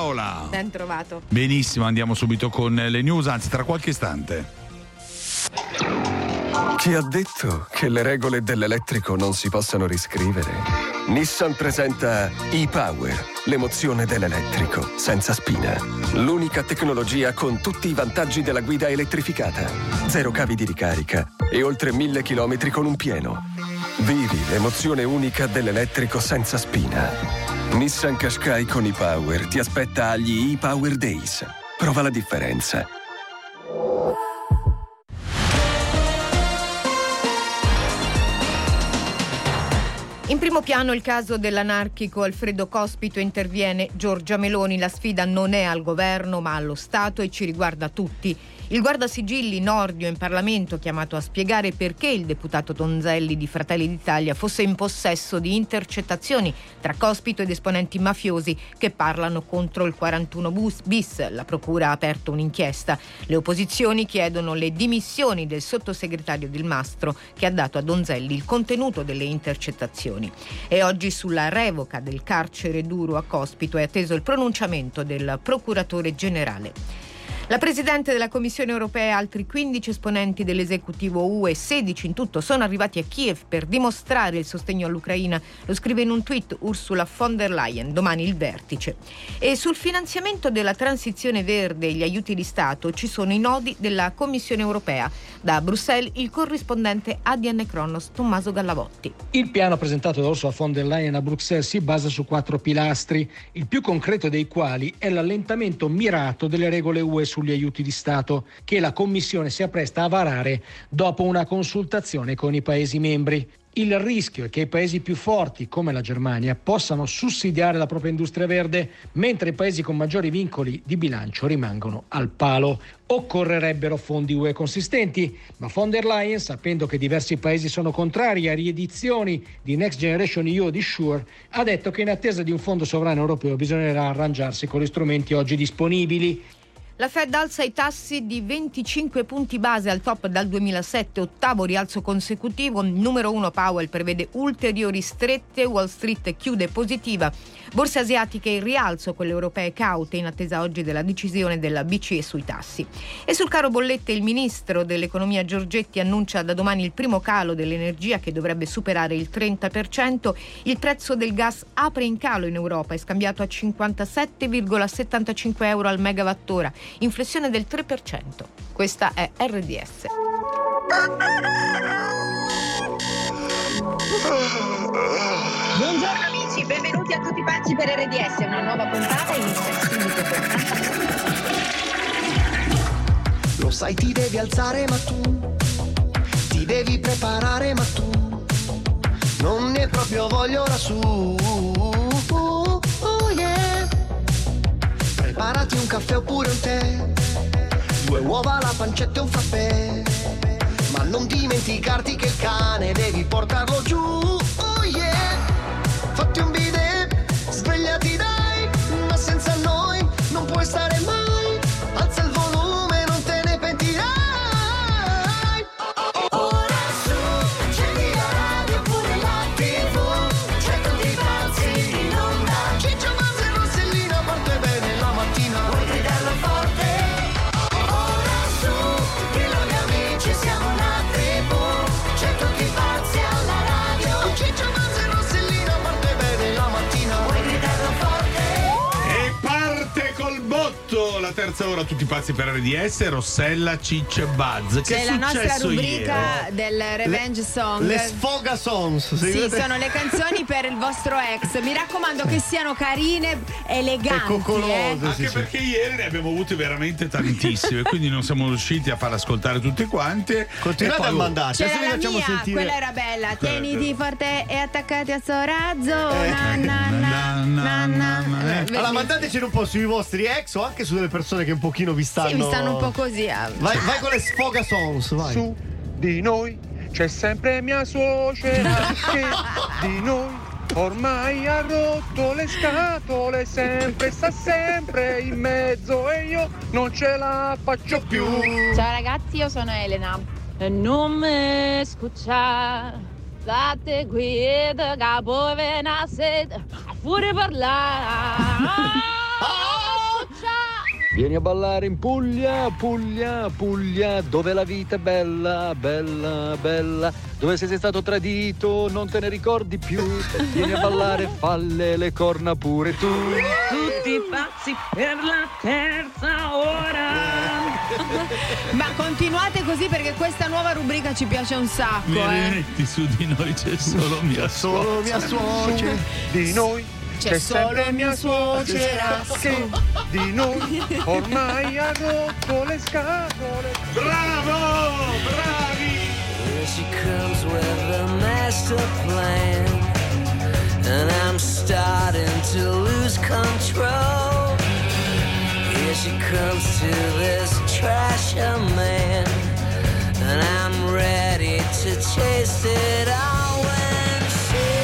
Paola. Ben trovato. Benissimo, andiamo subito con le news, anzi tra qualche istante. Chi ha detto che le regole dell'elettrico non si possano riscrivere? Nissan presenta e-Power, l'emozione dell'elettrico, senza spina. L'unica tecnologia con tutti i vantaggi della guida elettrificata. 0 cavi di ricarica e oltre 1000 chilometri con un pieno. Vivi l'emozione unica dell'elettrico senza spina. Nissan Qashqai con e-Power ti aspetta agli e-Power Days. Prova la differenza. In primo piano il caso dell'anarchico Alfredo Cospito, interviene Giorgia Meloni. La sfida non è al governo ma allo Stato e ci riguarda tutti. Il guardasigilli Nordio in Parlamento, chiamato a spiegare perché il deputato Donzelli di Fratelli d'Italia fosse in possesso di intercettazioni tra Cospito ed esponenti mafiosi che parlano contro il 41 bis. La procura ha aperto un'inchiesta. Le opposizioni chiedono le dimissioni del sottosegretario Del Mastro che ha dato a Donzelli il contenuto delle intercettazioni. E oggi sulla revoca del carcere duro a Cospito è atteso il pronunciamento del procuratore generale. La Presidente della Commissione Europea e altri 15 esponenti dell'esecutivo UE, 16 in tutto, sono arrivati a Kiev per dimostrare il sostegno all'Ucraina. Lo scrive in un tweet Ursula von der Leyen. Domani il vertice. E sul finanziamento della transizione verde e gli aiuti di Stato ci sono i nodi della Commissione Europea. Da Bruxelles il corrispondente ADN Kronos Tommaso Gallavotti. Il piano presentato da Ursula von der Leyen a Bruxelles si basa su 4 pilastri, il più concreto dei quali è l'allentamento mirato delle regole UE sugli aiuti di Stato, che la Commissione si appresta a varare dopo una consultazione con i Paesi membri. Il rischio è che i paesi più forti, come la Germania, possano sussidiare la propria industria verde, mentre i paesi con maggiori vincoli di bilancio rimangono al palo. Occorrerebbero fondi UE consistenti, ma von der Leyen, sapendo che diversi paesi sono contrari a riedizioni di Next Generation EU di SURE, ha detto che in attesa di un fondo sovrano europeo bisognerà arrangiarsi con gli strumenti oggi disponibili. La Fed alza i tassi di 25 punti base al top dal 2007, ottavo rialzo consecutivo. Numero 1 Powell prevede ulteriori strette, Wall Street chiude positiva. Borse asiatiche in rialzo, quelle europee caute in attesa oggi della decisione della BCE sui tassi. E sul caro bollette il ministro dell'economia Giorgetti annuncia da domani il primo calo dell'energia che dovrebbe superare il 30%. Il prezzo del gas apre in calo in Europa, è scambiato a 57,75 euro al megawattora, inflessione del 3%. Questa è RDS. Buongiorno amici, benvenuti a Tutti Pazzi per RDS, una nuova puntata inizia subito con Lo sai ti devi alzare ma tu ti devi preparare ma tu non ne proprio voglio lassù. Yeah. Preparati un caffè oppure un tè, 2 uova, la pancetta e un frappè, ma non dimenticarti che il cane devi portarlo giù. Oh yeah. Fatti un bidet, svegliati dai, ma senza noi non puoi stare mai. Alza il volume, non te ne pentirai. Ora su, accendi la radio pure la TV, c'è Tutti Pazzi in onda. Ciccio, Manzo e Rossellino, parte bene la mattina. Vuoi gridarlo forte? Ora su, dillo agli amici, siamo una tribù, c'è Tutti Pazzi alla radio. Ciccio, Manzo e Rossellino, parte bene la mattina. Vuoi gridarlo forte? E parte col botto la terza ora Tutti Pazzi per RDS. Rossella, Ciccio e Buzz. Che C'è è la nostra successo rubrica ieri? del Revenge Song. Le sfoga songs. Sì, sono le canzoni per il vostro ex. Mi raccomando che siano carine, eleganti. E coccolose. Anche perché ieri ne abbiamo avute veramente tantissime, quindi non siamo riusciti a farle ascoltare tutte quante. Continuate a mandarci. C'era Adesso vi la facciamo mia, sentire. quella era bella. Tieniti forte e attaccati a sto razzo. Allora mandatecene un po' sui vostri ex o anche su delle persone che un pochino vi stanno. Sì, mi stanno un po' così. Vai con le sfoga songs, vai. Su di noi c'è sempre mia suocera che di noi ormai ha rotto le scatole, sempre sta sempre in mezzo e io non ce la faccio più. Ciao ragazzi, io sono Elena e non mi scuccia, state qui da capo venasset a fuori parlare. Vieni a ballare in Puglia, Puglia, Puglia, dove la vita è bella, bella, bella. Dove sei stato tradito, non te ne ricordi più. Vieni a ballare, falle le corna pure tu. Tutti pazzi per la terza ora. Ma continuate così perché questa nuova rubrica ci piace un sacco. Miretti, su di noi c'è solo mia suocera. Di noi c'è solo mia suocera che di noi ormai ha rotto le scatole. Bravo, bravi. Here she comes with a master plan, and I'm starting to lose control. Here she comes to this trasher man, and I'm ready to chase it all when she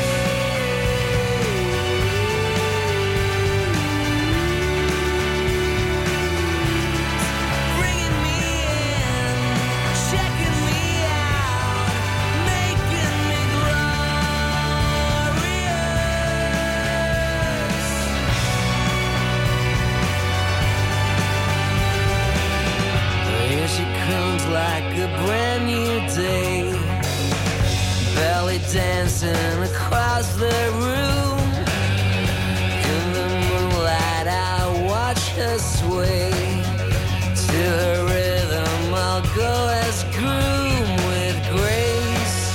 like a brand new day, belly dancing across the room. In the moonlight I watch her sway, to her rhythm I'll go as groom with grace.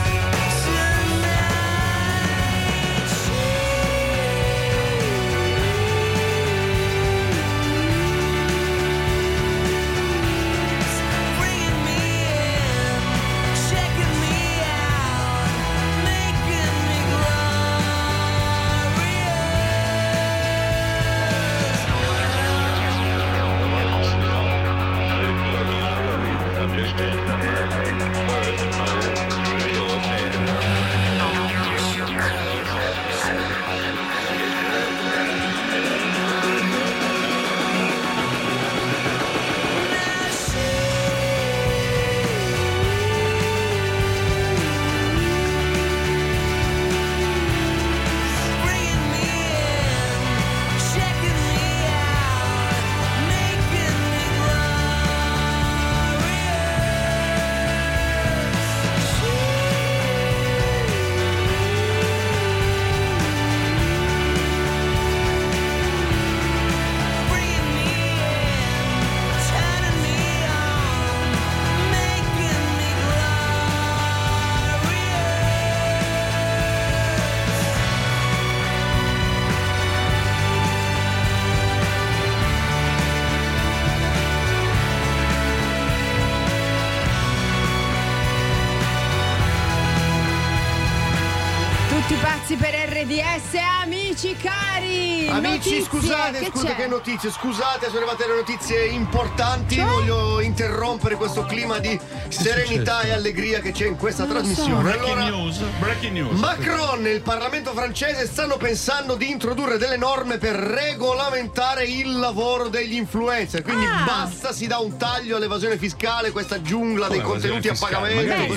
Per RDS, amici cari. Amici, notizie, scusate, che notizie? Scusate, sono arrivate le notizie importanti. Cioè? Voglio interrompere questo clima di serenità e allegria che c'è in questa trasmissione. Breaking news. Macron e il Parlamento francese stanno pensando di introdurre delle norme per regolamentare il lavoro degli influencer. Quindi basta, si dà un taglio all'evasione fiscale, questa giungla dei contenuti a pagamento.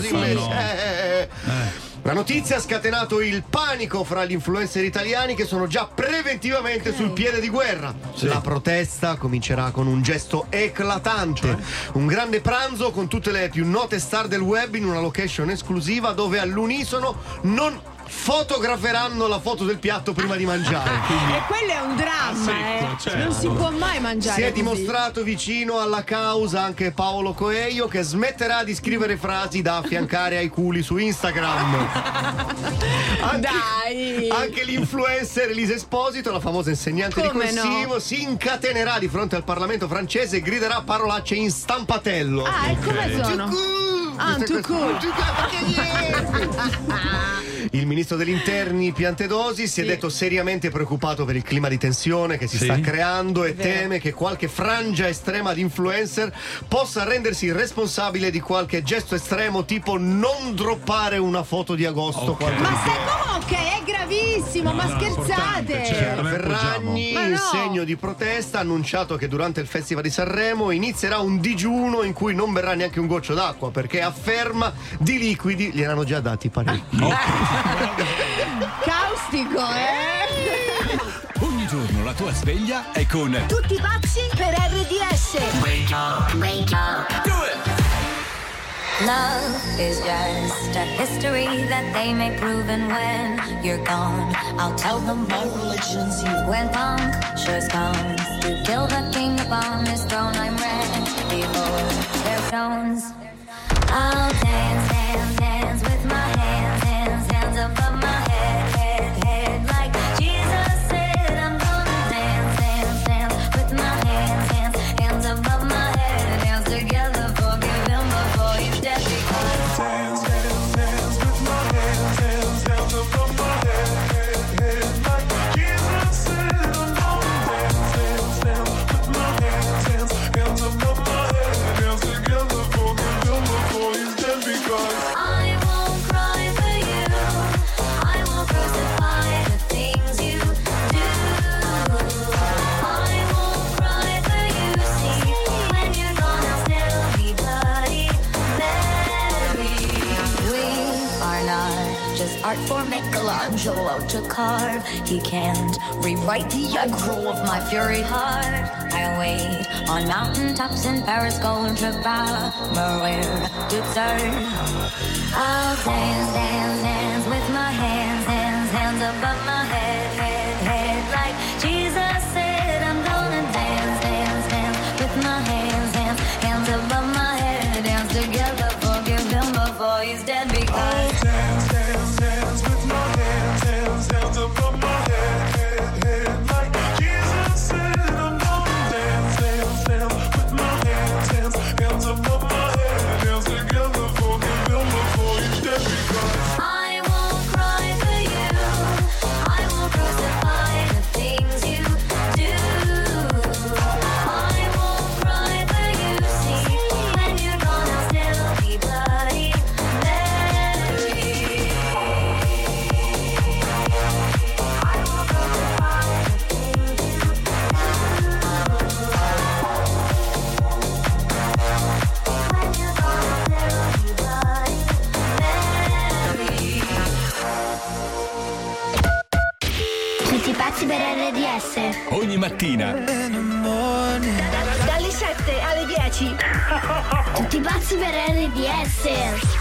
Così La notizia ha scatenato il panico fra gli influencer italiani che sono già preventivamente sul piede di guerra. La protesta comincerà con un gesto eclatante, un grande pranzo con tutte le più note star del web in una location esclusiva dove all'unisono non fotograferanno la foto del piatto prima di mangiare. Quindi E quello è un dramma, non si può mai mangiare si è così. dimostrato vicino alla causa anche Paolo Coelho, che smetterà di scrivere frasi da affiancare ai culi su Instagram. Anche l'influencer Elisa Esposito, la famosa insegnante Come di corsivo, si incatenerà di fronte al Parlamento francese e griderà parolacce in stampatello. E come sono? Il ministro degli interni Piantedosi si è detto seriamente preoccupato per il clima di tensione che si sta creando e teme che qualche frangia estrema di influencer possa rendersi responsabile di qualche gesto estremo, tipo non droppare una foto di agosto. Ma stai ok, è gravissimo, ma scherzate? Ferragni, in segno di protesta, ha annunciato che durante il Festival di Sanremo inizierà un digiuno in cui non berrà neanche un goccio d'acqua, perché afferma di liquidi gli erano già dati parecchi. Caustico, Ogni giorno la tua sveglia è con Tutti pazzi per RDS. Wake up, wake up. Do it! Love is just a history that they may prove, and when you're gone, I'll tell them my religion's you. When punctures come to kill the king upon his throne, I'm ready for their stones. I'll dance, dance, dance with my hands, hands, hands above my head, head, head, like Jesus said. I'm gonna dance, dance, dance with my hands, hands, hands above my head, dance together, forgive him before he's dead. Because Dance, dance, dance with my hands, hands, hands above my head, head, head, like Jesus said. I'm gonna dance, dance, dance with my hands, hands, hands above my head, dance together, forgive him before he's dead. Because I won't cry for you, I won't crucify the things you do. I won't cry for you, see, when you're gone I'll still be bloody Mary. We are not just art for Michelangelo to carve. He can't rewrite the aggro of my fury heart. I wait on mountaintops in Paris, going to Maria to turn. I'll dance, dance, dance with my hands, hands, hands above my head, head, head, like Jesus said. I'm gonna dance, dance, dance with my hands, hands, hands above my head, dance together, forgive him before he's dead. Because dance, dance, dance with my hands, hands, hands above my head, head, head, like Jesus said. I'm gonna dance, dance, dance with my hands, hands, hands above my head, dance together, forgive him before he's dead. Because I won't cry for you, I won't crucify the things you do. I won't cry for you, see, when you're gone I'll still be bloody Mary. I won't crucify the things you do. When you're gone I'll still be bloody Mary. Tutti pazzi per RDS. Ogni mattina Dalle 7 alle 10. Tutti pazzi per RDS.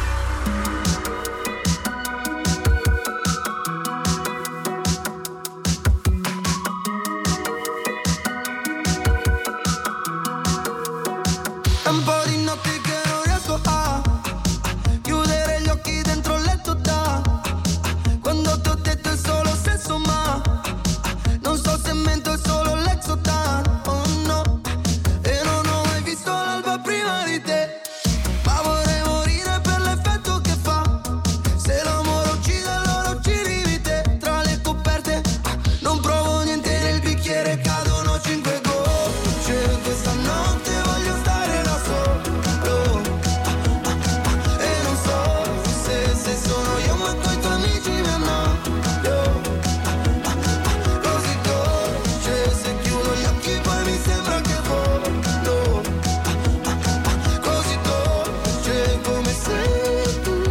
è un po' di notti che non riesco a chiudere gli occhi dentro il letto da quando ti ho detto è solo sesso, ma non so se mento, è solo l'exotan. Oh no, e non ho mai visto l'alba prima di te, ma vorrei morire per l'effetto che fa. Se l'amore uccide allora uccidi di te. Tra le coperte non provo niente, nel bicchiere cadono 5 gocce. Questa notte voglio stare da solo, e non so se sono io ma coi tuoi amici mi annoio. Così dolce, se chiudo gli occhi poi mi sembra che volo. Così dolce come sei tu.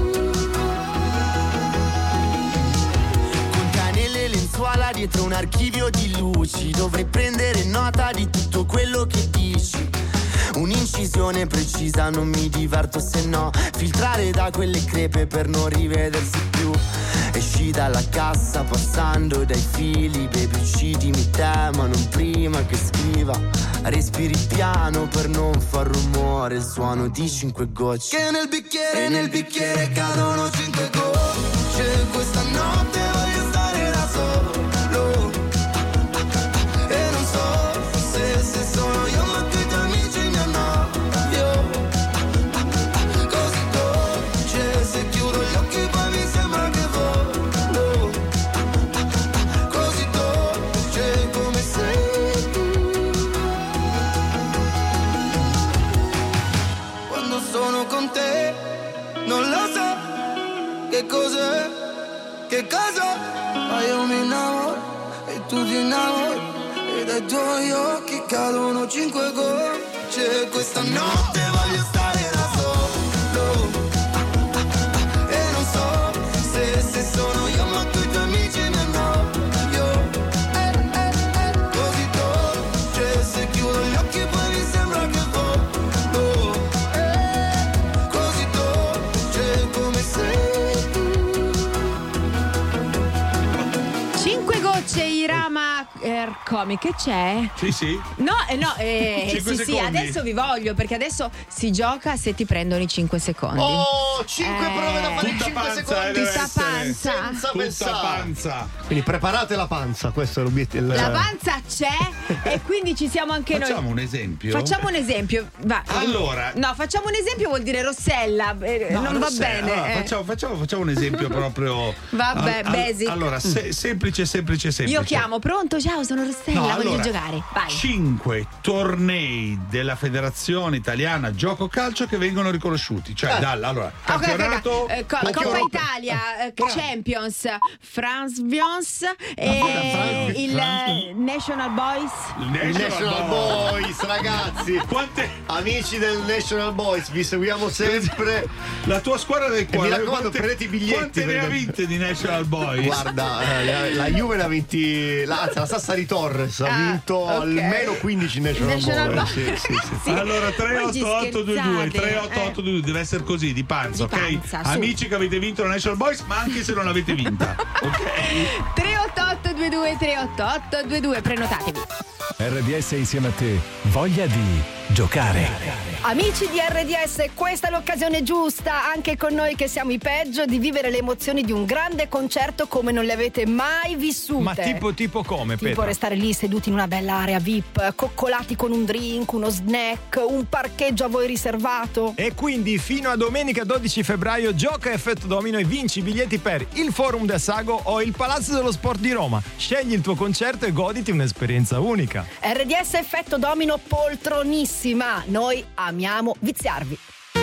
Con canele e lenzuola dietro un archivio di luci, dovrei prendere nota di tutto quello che dici. Un'incisione precisa, non mi diverto se no. Filtrare da quelle crepe per non rivedersi più. Esci dalla cassa passando dai fili, baby uccidimi te ma non prima che scriva. Respiri piano per non far rumore, il suono di 5 gocce che nel bicchiere cadono 5 gocce. Questa notte voglio stare da solo, e non so se sono io ma coi tuoi amici mi annoio. Così dolce, se chiudo gli occhi poi mi sembra che volo. Così dolce come sei tu. Quando sono con te non lo so che cos'è, che cosa, ma io mi innamoro e tu ti innamori, e dai tuoi occhi cadono 5 gocce. Questa notte voglio stare da solo, e non so se sono io ma coi tuoi amici mi annoio. Così Comic, che c'è? Sì. No, 5 sì, secondi. adesso vi voglio, perché adesso si gioca se ti prendono i 5 secondi. Oh, 5 prove da fare in Tutta 5 panza, secondi. deve Tutta essere. panza. Senza Tutta pensare. panza. Quindi preparate la panza, questo è l'obiettivo. La panza c'è e quindi ci siamo anche noi. Facciamo un esempio? Facciamo un esempio. Va. Allora. No, facciamo un esempio, vuol dire Rossella. No, non va Rossella, bene. allora, facciamo un esempio proprio. Vabbè, basic. Allora, semplice. Io chiamo, pronto, ciao, sono Rossella, No, voglio allora, giocare. Vai. 5 tornei della Federazione Italiana Gioco Calcio che vengono riconosciuti. Cioè, allora, campionato. Coppa Italia, Champions, France Vions e il National Boys. Il National Boys, ragazzi. Amici del National Boys, vi seguiamo sempre. La tua squadra del cuore. Mi raccomando, prendete i biglietti. Quante ne ha vinte di National Boys? Guarda, la Juve ne ha vinti. Anzi, la Sassari Torres ha vinto almeno 15 National Boys. Sì. Allora, 38822 scherzate. 38822 deve essere così, di panza, Di ok? panza, su. Amici che avete vinto la National Boys, ma anche se non l'avete vinta, ok? 38822 38822, prenotatevi. RDS insieme a te, voglia di giocare. Amici di RDS, questa è l'occasione giusta, anche con noi che siamo i peggio, di vivere le emozioni di un grande concerto come non le avete mai vissute. Ma tipo come, Tipo Petra? restare lì seduti in una bella area VIP, coccolati con un drink, uno snack, un parcheggio a voi riservato. E quindi fino a domenica 12 febbraio gioca Effetto Domino e vinci i biglietti per il Forum del Sago o il Palazzo dello Sport di Roma. Scegli il tuo concerto e goditi un'esperienza unica. RDS Effetto Domino poltronissima, noi amiamo viziarvi.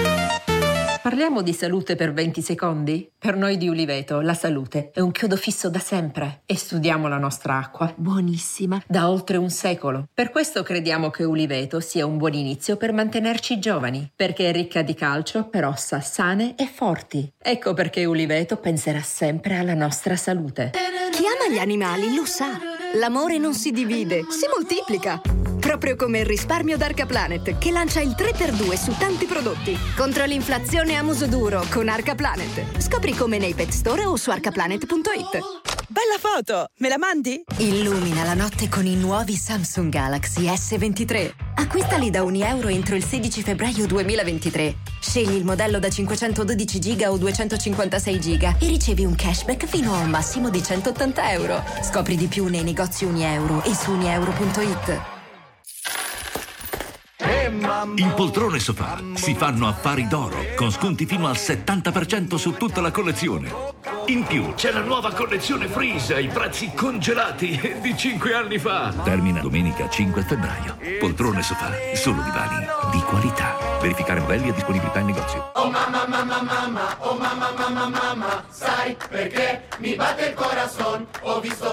Parliamo di salute per 20 secondi? Per noi di Uliveto la salute è un chiodo fisso da sempre e studiamo la nostra acqua, buonissima, da oltre un secolo. Per questo crediamo che Uliveto sia un buon inizio per mantenerci giovani, perché è ricca di calcio per ossa sane e forti. Ecco perché Uliveto penserà sempre alla nostra salute. Chi ama gli animali lo sa. L'amore non si divide, si moltiplica. Proprio come il risparmio d'Arca Planet, che lancia il 3x2 su tanti prodotti. Contro l'inflazione a muso duro con Arca Planet. Scopri come nei pet store o su arcaplanet.it. Bella foto! Me la mandi? Illumina la notte con i nuovi Samsung Galaxy S23. Acquistali da €1 entro il 16 febbraio 2023. Scegli il modello da 512 GB o 256 GB e ricevi un cashback fino a un massimo di €180. Scopri di più nei negozi €1 e su unieuro.it. In Poltrone Sofà si fanno affari d'oro con sconti fino al 70% su tutta la collezione. In più c'è la nuova collezione Freeze ai prezzi congelati di 5 anni fa. Termina domenica 5 febbraio. Poltrone Sofà, solo divani di qualità. Verificare modelli e disponibilità in negozio. Oh mamma, mamma, mamma, oh mamma, mamma, mamma, sai perché mi batte il corazon? Ho visto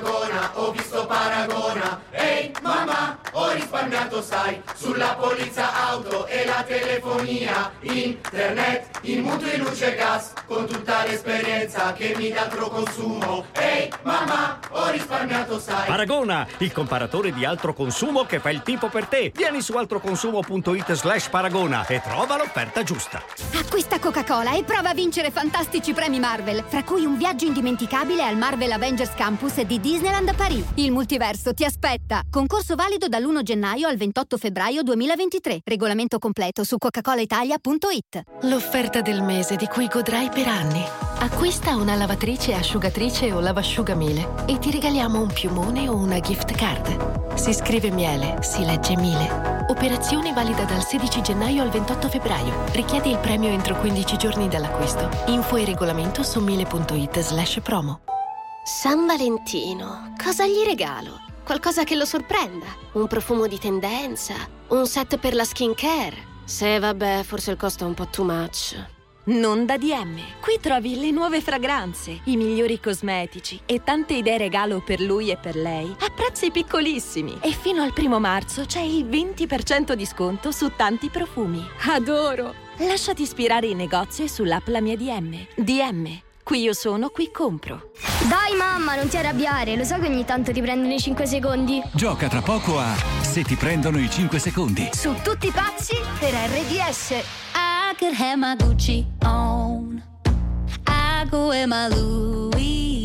Paragona. Ehi mamma, ho risparmiato, sai, sulla polizza auto e la telefonia, internet, in mutui, luce e gas, con tutta l'esperienza che mi dà altro consumo. Ehi mamma, ho risparmiato, sai. Paragona, il comparatore di altro consumo che fa il tipo per te. Vieni su altroconsumo.it/Paragona e trova l'offerta giusta. Acquista Coca-Cola e prova a vincere fantastici premi Marvel, fra cui un viaggio indimenticabile al Marvel Avengers Campus di Disneyland a Parigi. Il multiverso ti aspetta. Concorso valido dall'1 gennaio al 28 febbraio 2023. Regolamento completo su coca-colaitalia.it. L'offerta del mese di cui godrai per anni. Acquista una lavatrice, asciugatrice o lavasciugamile e ti regaliamo un piumone o una gift card. Si scrive miele, si legge Miele. Operazione valida dal 16 gennaio al 28 febbraio. Richiedi il premio entro 15 giorni dall'acquisto. Info e regolamento su miele.it/promo. San Valentino, cosa gli regalo? Qualcosa che lo sorprenda? Un profumo di tendenza? Un set per la skincare? Se vabbè, forse il costo è un po' too much. Non da DM. Qui trovi le nuove fragranze, i migliori cosmetici e tante idee regalo per lui e per lei a prezzi piccolissimi. E fino al 1 marzo c'è il 20% di sconto su tanti profumi. Adoro! Lasciati ispirare in negozio e sull'app La Mia DM. DM. Qui io sono, qui compro. Dai mamma, non ti arrabbiare, lo so che ogni tanto ti prendono i 5 secondi. Gioca tra poco a Se ti prendono i 5 secondi. Su tutti pazzi per RDS. I could have my Gucci on. I go wear my Louis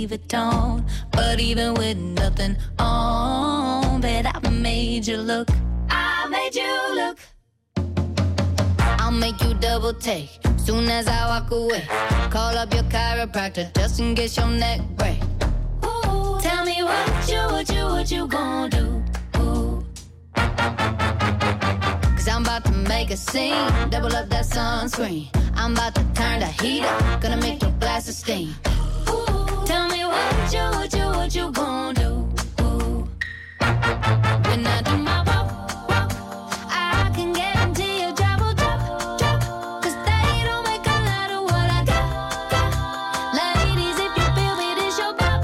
Louis Vuitton. But even with nothing on, bet I made you look. I made you look. I'll make you double take soon as I walk away. Call up your chiropractor just in case your neck break. Ooh, tell me what you gonna do? Ooh. 'Cause I'm about to make a scene, double up that sunscreen. I'm about to turn the heat up, gonna make your glasses steam. Ooh, tell me what you gonna do? Ooh. When I do my walk, I can guarantee you drop. 'Cause they don't make a lot of what I got. Ladies, if you feel me, this your pop.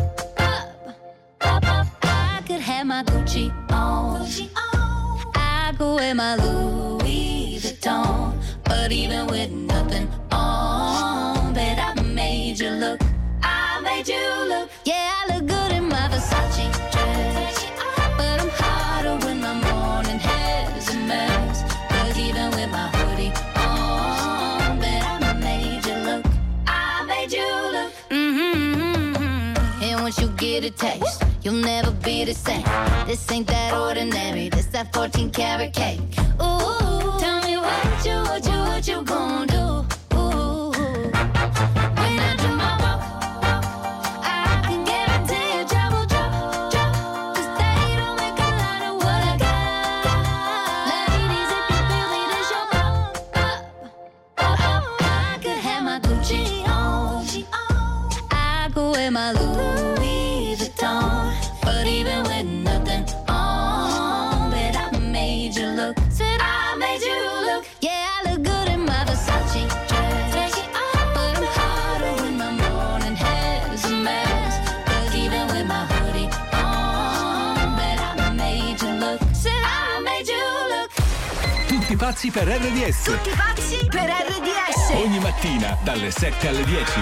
I could have my Gucci on. I go with my Louis Vuitton. But even with nothing on, bet I made you look. I made you look. Yeah, I look good in my Versace dress. But I'm hotter when my morning hair is a mess. 'Cause even with my hoodie on, bet I made you look. I made you look. And once you get a taste, you'll never be the same. This ain't that ordinary, this that 14 karat cake. Ooh, tell me what you gonna do? Ooh, when I do my walk, I can guarantee you drop. 'Cause they don't make a lot of what I got. Ladies, if you feel me, this your pop. I could have my Gucci on. I go with my Louis Vuitton. But even with nothing on, bet I made you look. Said I made you look. Yeah, I look good in my Versace dress. But I'm hotter when my morning hair is a mess. 'Cause even with my hoodie on, bet I made you look. Said I made you look. Tutti pazzi per RDS. Tutti pazzi per RDS. Ogni mattina dalle 7 alle 10.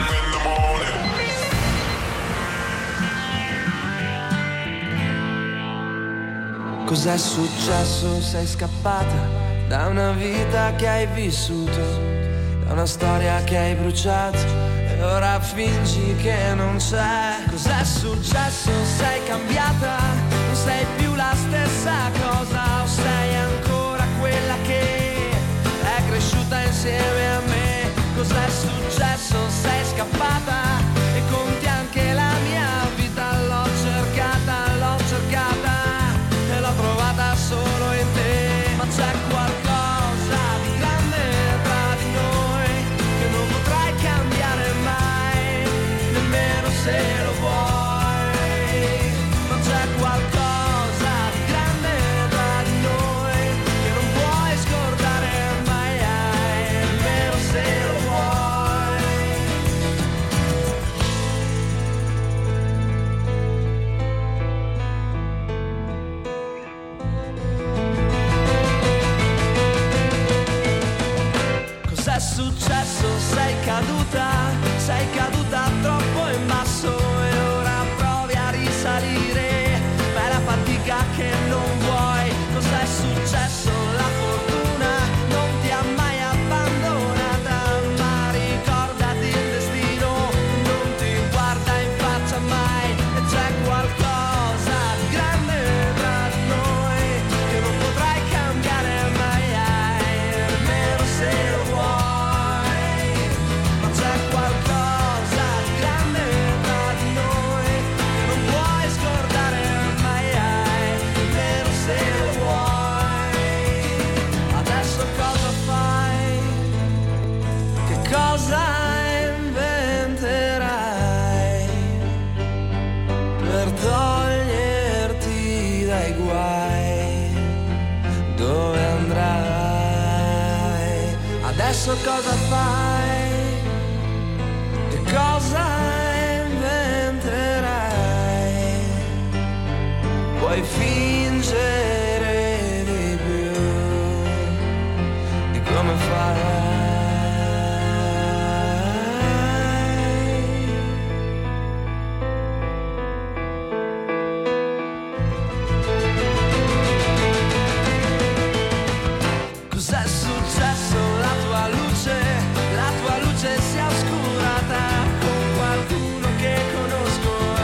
Cos'è successo? Sei scappata da una vita che hai vissuto, da una storia che hai bruciato e ora fingi che non c'è. Cos'è successo? Sei cambiata, non sei più la stessa cosa, o sei ancora quella che è cresciuta insieme a me. Cos'è successo? Sei scappata e conti anche la mia vita. L'ho cercata e l'ho trovata solo in te. Ma c'è qualcosa di grande tra di noi che non potrai cambiare mai, nemmeno se lo vuoi. Ma c'è qualcosa di grande tra di noi che non puoi scordare mai, nemmeno se lo vuoi. Cos'è successo? Sei caduta troppo in basso e ora provi a risalire, ma è la fatica che non vuoi. Cos'è successo? La fortuna non ti ha mai abbandonata, ma ricordati il destino non ti guarda in faccia mai. E c'è qualcosa di grande tra di noi che non potrai cambiare mai, nemmeno se lo vuoi. Ma c'è qualcosa di grande tra di noi che non puoi scordare mai, nemmeno se lo vuoi. Adesso cosa fai? Che cosa inventerai per toglierti dai guai? Dove andrai? Adesso cosa fai? Che cosa inventerai? Puoi fingere di più di come farai. Cos'è successo? La tua luce si è oscurata con qualcuno che conosco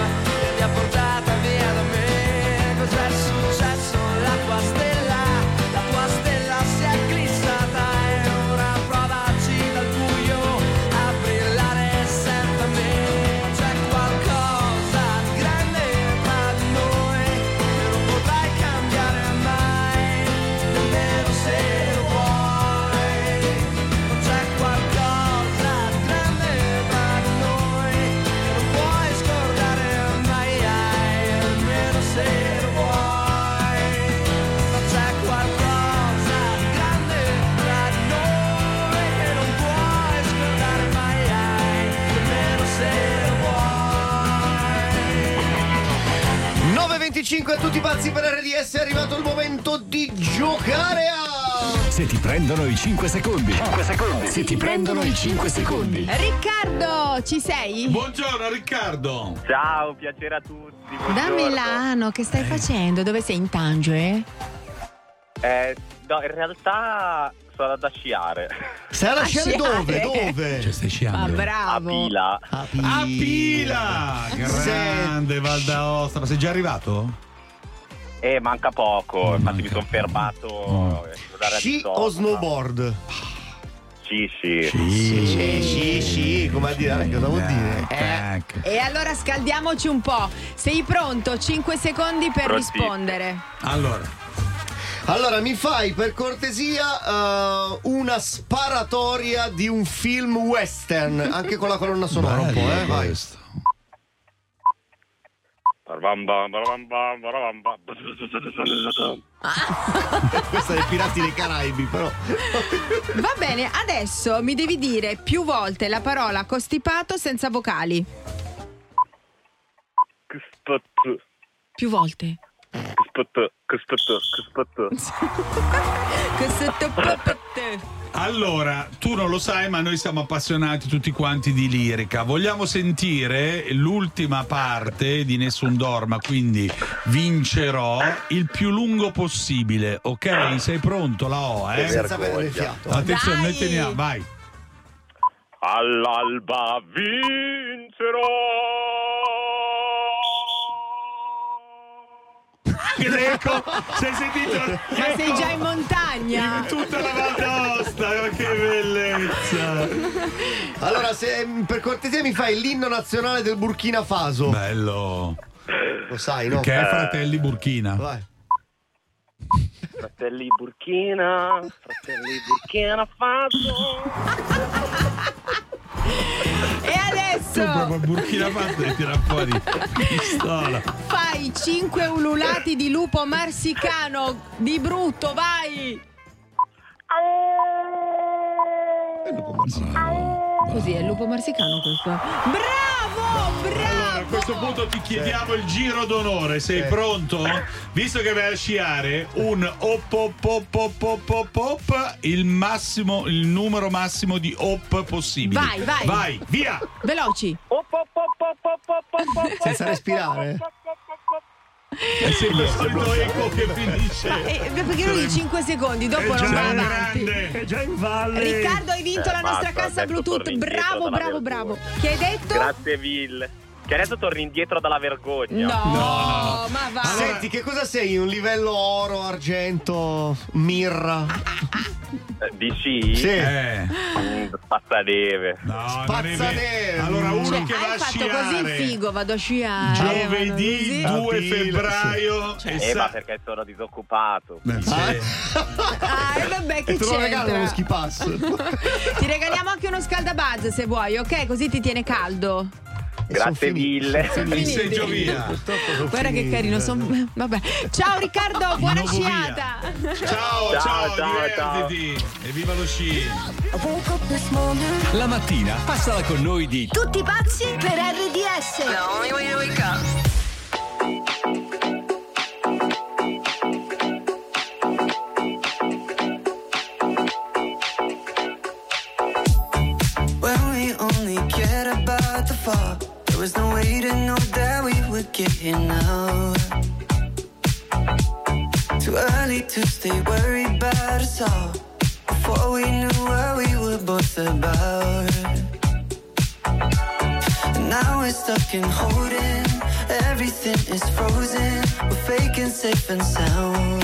9:25 a tutti pazzi per RDS, è arrivato il momento di giocare a... Se ti prendono i 5 secondi. 5 secondi. Se ti prendono i 5 secondi. Riccardo, ci sei? Buongiorno Riccardo. Ciao, piacere a tutti. Da Milano, che stai facendo? Dove sei, in Tange? No, in realtà sono da sciare. Stai da sciare dove? Dove? Cioè stai sciando? Ma bravo. A Pila. A Pila! Grande Val d'Aosta. Ma sei già arrivato? Manca poco, infatti mi sono fermato. Sci o snowboard? Sì, come a dire, cosa vuol dire? E allora scaldiamoci un po'. Sei pronto? 5 secondi per Prontissimo. rispondere. Allora, mi fai per cortesia una sparatoria di un film western, anche con la colonna sonora un po', vai. Questa è dei Pirati dei Caraibi, però. Va bene, adesso mi devi dire più volte la parola costipato senza vocali. Più volte. Allora, tu non lo sai, ma noi siamo appassionati tutti quanti di lirica. Vogliamo sentire l'ultima parte di Nessun Dorma, quindi vincerò il più lungo possibile, ok? Sei pronto? La O, Senza perdere il fiato. Attenzione, noi teniamo, vai. All'alba vincerò. Greco, sei sentito? Ma sei già in montagna? In tutta la Val d'Aosta, ma che bellezza! Allora, se per cortesia mi fai l'inno nazionale del Burkina Faso. Bello. Lo sai, no? Che è Fratelli Burkina. Vai. Fratelli Burkina Faso. E adesso Tu proprio Burkina Faso devi tirare fuori pistola. fai 5 ululati di lupo marsicano di brutto, vai! Così è il lupo marsicano questo. Bravo, bravo! Allora, a questo punto ti chiediamo il giro d'onore. Sei pronto? Visto che vai a sciare, un op, il numero massimo di op possibili. Vai, vai. Vai, via! Veloci. Senza respirare. È sempre il solito eco che finisce. Perché lui 5 secondi dopo non va avanti. È già in valle. Riccardo, hai vinto la nostra cassa Bluetooth. Bravo. Che hai detto? Grazie mille. Che adesso torni indietro dalla vergogna. No, ma va. Senti, che cosa sei? Un livello oro, argento, mirra? Di sci? Sì. Spazzaneve. No, Spazzaneve. Allora, uno che va Hai a fatto sciare così il figo, vado a sciare. giovedì 2 febbraio. Ma perché sono disoccupato. Vabbè, che E te lo regalo uno ski pass. Ti regaliamo anche uno scaldabuzz se vuoi, ok? Così ti tiene caldo. Grazie mille. Seggio via. Guarda che carino, vabbè. Ciao Riccardo, buona sciata. Ciao, divertiti. E viva lo sci. La mattina passala con noi di Tutti pazzi per RDS. The only way to wake up. When we only cared about the fall, there was no way to know that we would get here now. Too early to stay worried about us all, before we knew what we were both about. And now we're stuck in holding, everything is frozen, we're faking safe and sound.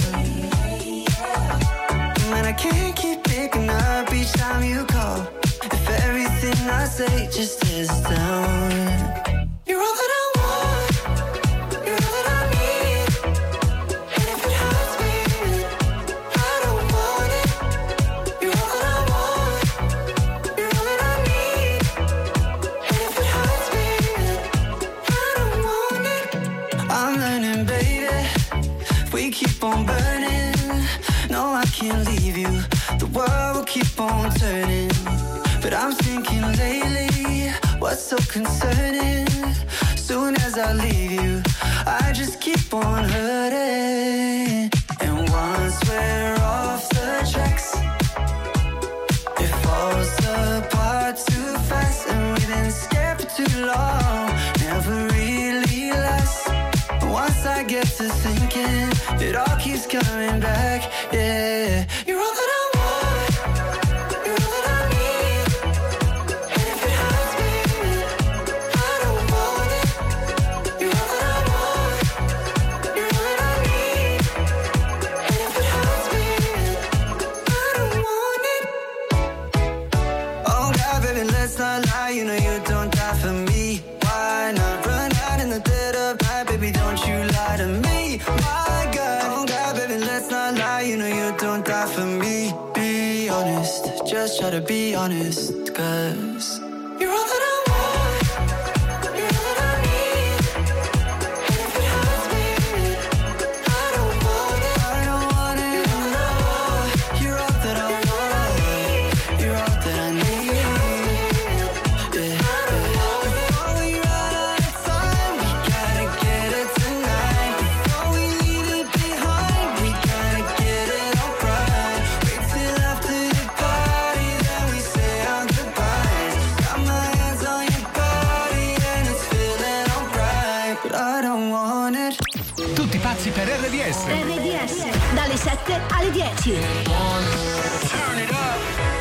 Man, I can't keep picking up each time you call, if everything I say just is down. You're all that I want, you're all that I need, and if it hurts me, I don't want it. You're all that I want, you're all that I need, and if it hurts me, I don't want it. I'm learning, baby, if we keep on burning, no, I can't leave you, the world will keep on turning. But I'm thinking lately, what's so concerning? Soon as I leave you, I just keep keep on hurting. And once we're off the tracks, it falls apart too fast. And we've been scared for too long, never really lasts. Once I get to thinking, it all keeps coming back, yeah. You're all that I want, you're all that I need. And if it hurts me, I don't want it. You're all that I want, you're all that I need. And if it hurts me, I don't want it. Oh God, baby, let's not lie, you know you don't die for me. Why not run out in the dead of night, baby, don't you lie to me. My God, oh God, baby, let's not lie, you know you don't die for me. Be honest, just try to be honest, 'cause you're all that I want, you're all that I need. And if it hurts me, I don't want it, I don't want it. You're all that I want, you're all that I need. Yeah. Before we run out of time, we gotta get it tonight. Before we leave it behind, we gotta get it all right. Wait till after the party, then we say our goodbyes. Got my hands on your body and it's feeling alright, but I don't want it. Tutti pazzi per RDS. RDS, dalle 7 alle 10. Turn it up.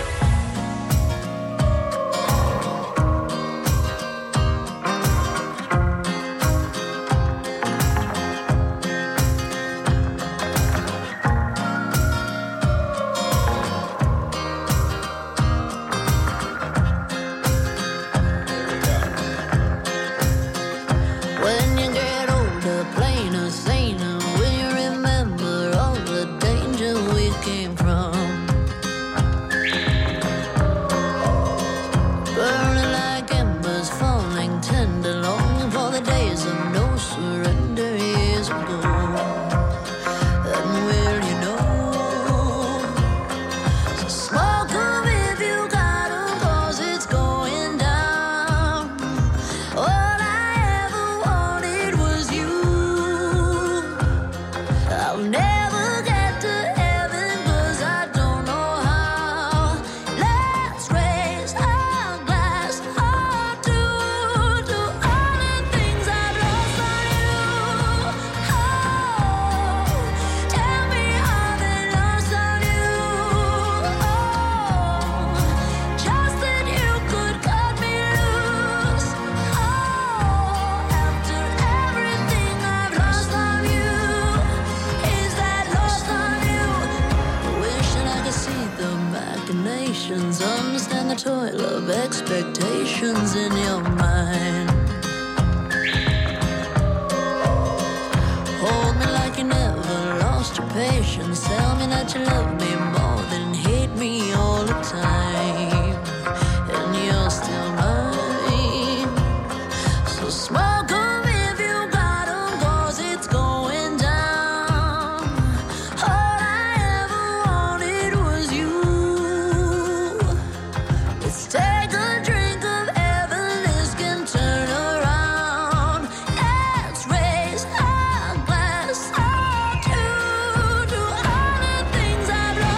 When you get older, plainer, saner, will you remember all the danger we came from? Burning like embers, falling tender, longing for the days of no surrender years ago. And will you know? So smoke 'em if you got 'em, 'cause it's going down. All I ever wanted was you. I'll never get to heaven 'cause I don't know how. Let's raise our glass or two to all the things I've lost on you. Oh, tell me how they lost on you. Oh, just that you could cut me loose. Oh, after everything I've lost on you, is that lost on you? Wishing I could see the machinations, understand the toil of expectations in your mind. Hold me like you never lost your patience. Tell me that you love me more than hate me all the time. And you're still mine. So smoke 'em if you got 'em, 'cause it's going down. All I ever wanted was you. Let's take a drink of heaven, this can turn around. Let's raise our glass or two to all the things I've lost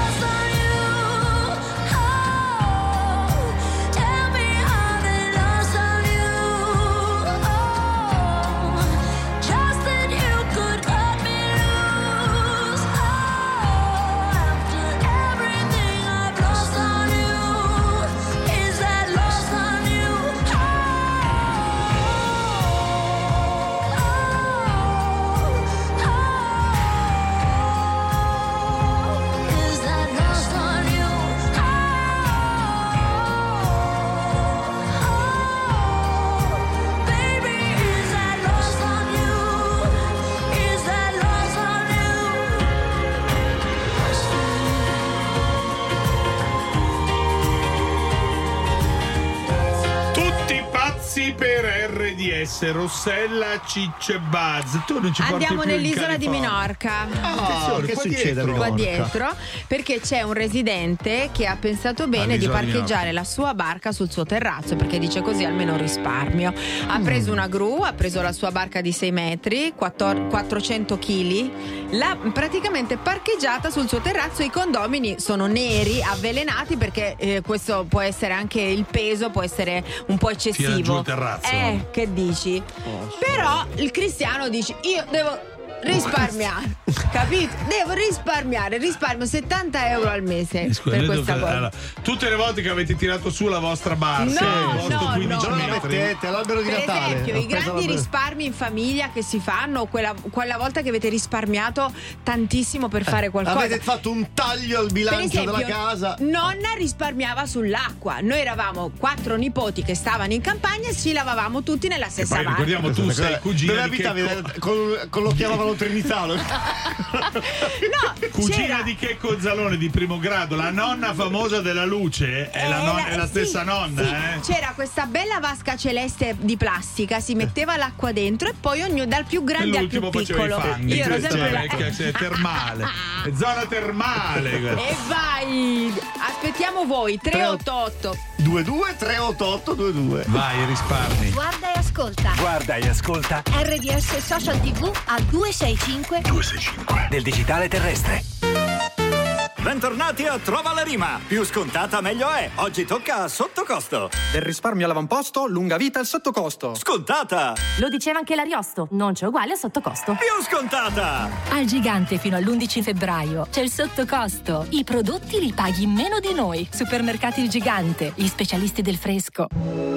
RDS, Rossella, Ciccio e Buzz. Tu non ci porti Andiamo più in nell'isola di California. Minorca. Che succede a Qua Minorca? dietro, perché c'è un residente che ha pensato bene di All'isola di parcheggiare la sua barca sul suo terrazzo, perché dice così almeno risparmio. Ha preso una gru, ha preso la sua barca di 6 metri, 400 kg, l'ha praticamente parcheggiata sul suo terrazzo. I condomini sono neri, avvelenati, perché questo può essere anche il peso, può essere un po' eccessivo. Tira giù il terrazzo. Che dici? Però il cristiano dice: io devo risparmiare, capito? Devo risparmiare, risparmio 70 euro al mese per questa cosa. Allora, tutte le volte che avete tirato su la vostra barca, il vostro 15 Non la metri, mettete all'albero di Per Natale. esempio, Ho i preso grandi l'albero. risparmi in famiglia che si fanno, quella volta che avete risparmiato tantissimo per fare qualcosa. Avete fatto un taglio al Per bilancio esempio, della casa. nonna risparmiava sull'acqua. Noi eravamo 4 nipoti che stavano in campagna e ci lavavamo tutti nella stessa poi barca. ricordiamo tu sei cugina Dove di abitavi? Checco, Con lo chiamavano Trinitano. No, cugina di Checco Zalone di primo grado, la nonna famosa della luce, è la stessa sì, nonna, sì. C'era questa bella vasca celeste di plastica, si metteva l'acqua dentro e poi ognuno dal più grande al più l'ultimo faceva piccolo. i fanghi. Io ero Questa sempre è vecchia, è termale, è zona termale. E vai! Aspettiamo voi, 388 22 388 22. Vai, risparmi. Guarda e ascolta. Guarda e ascolta RDS Social TV a 265 del digitale terrestre. Bentornati a Trova la Rima. Più scontata meglio è. Oggi tocca a sottocosto. Del risparmio all'avamposto, lunga vita al sottocosto. Scontata. Lo diceva anche l'Ariosto, non c'è uguale a sottocosto. Più scontata. Al Gigante fino all'11 febbraio c'è il sottocosto. I prodotti li paghi meno di noi. Supermercati Il Gigante, gli specialisti del fresco.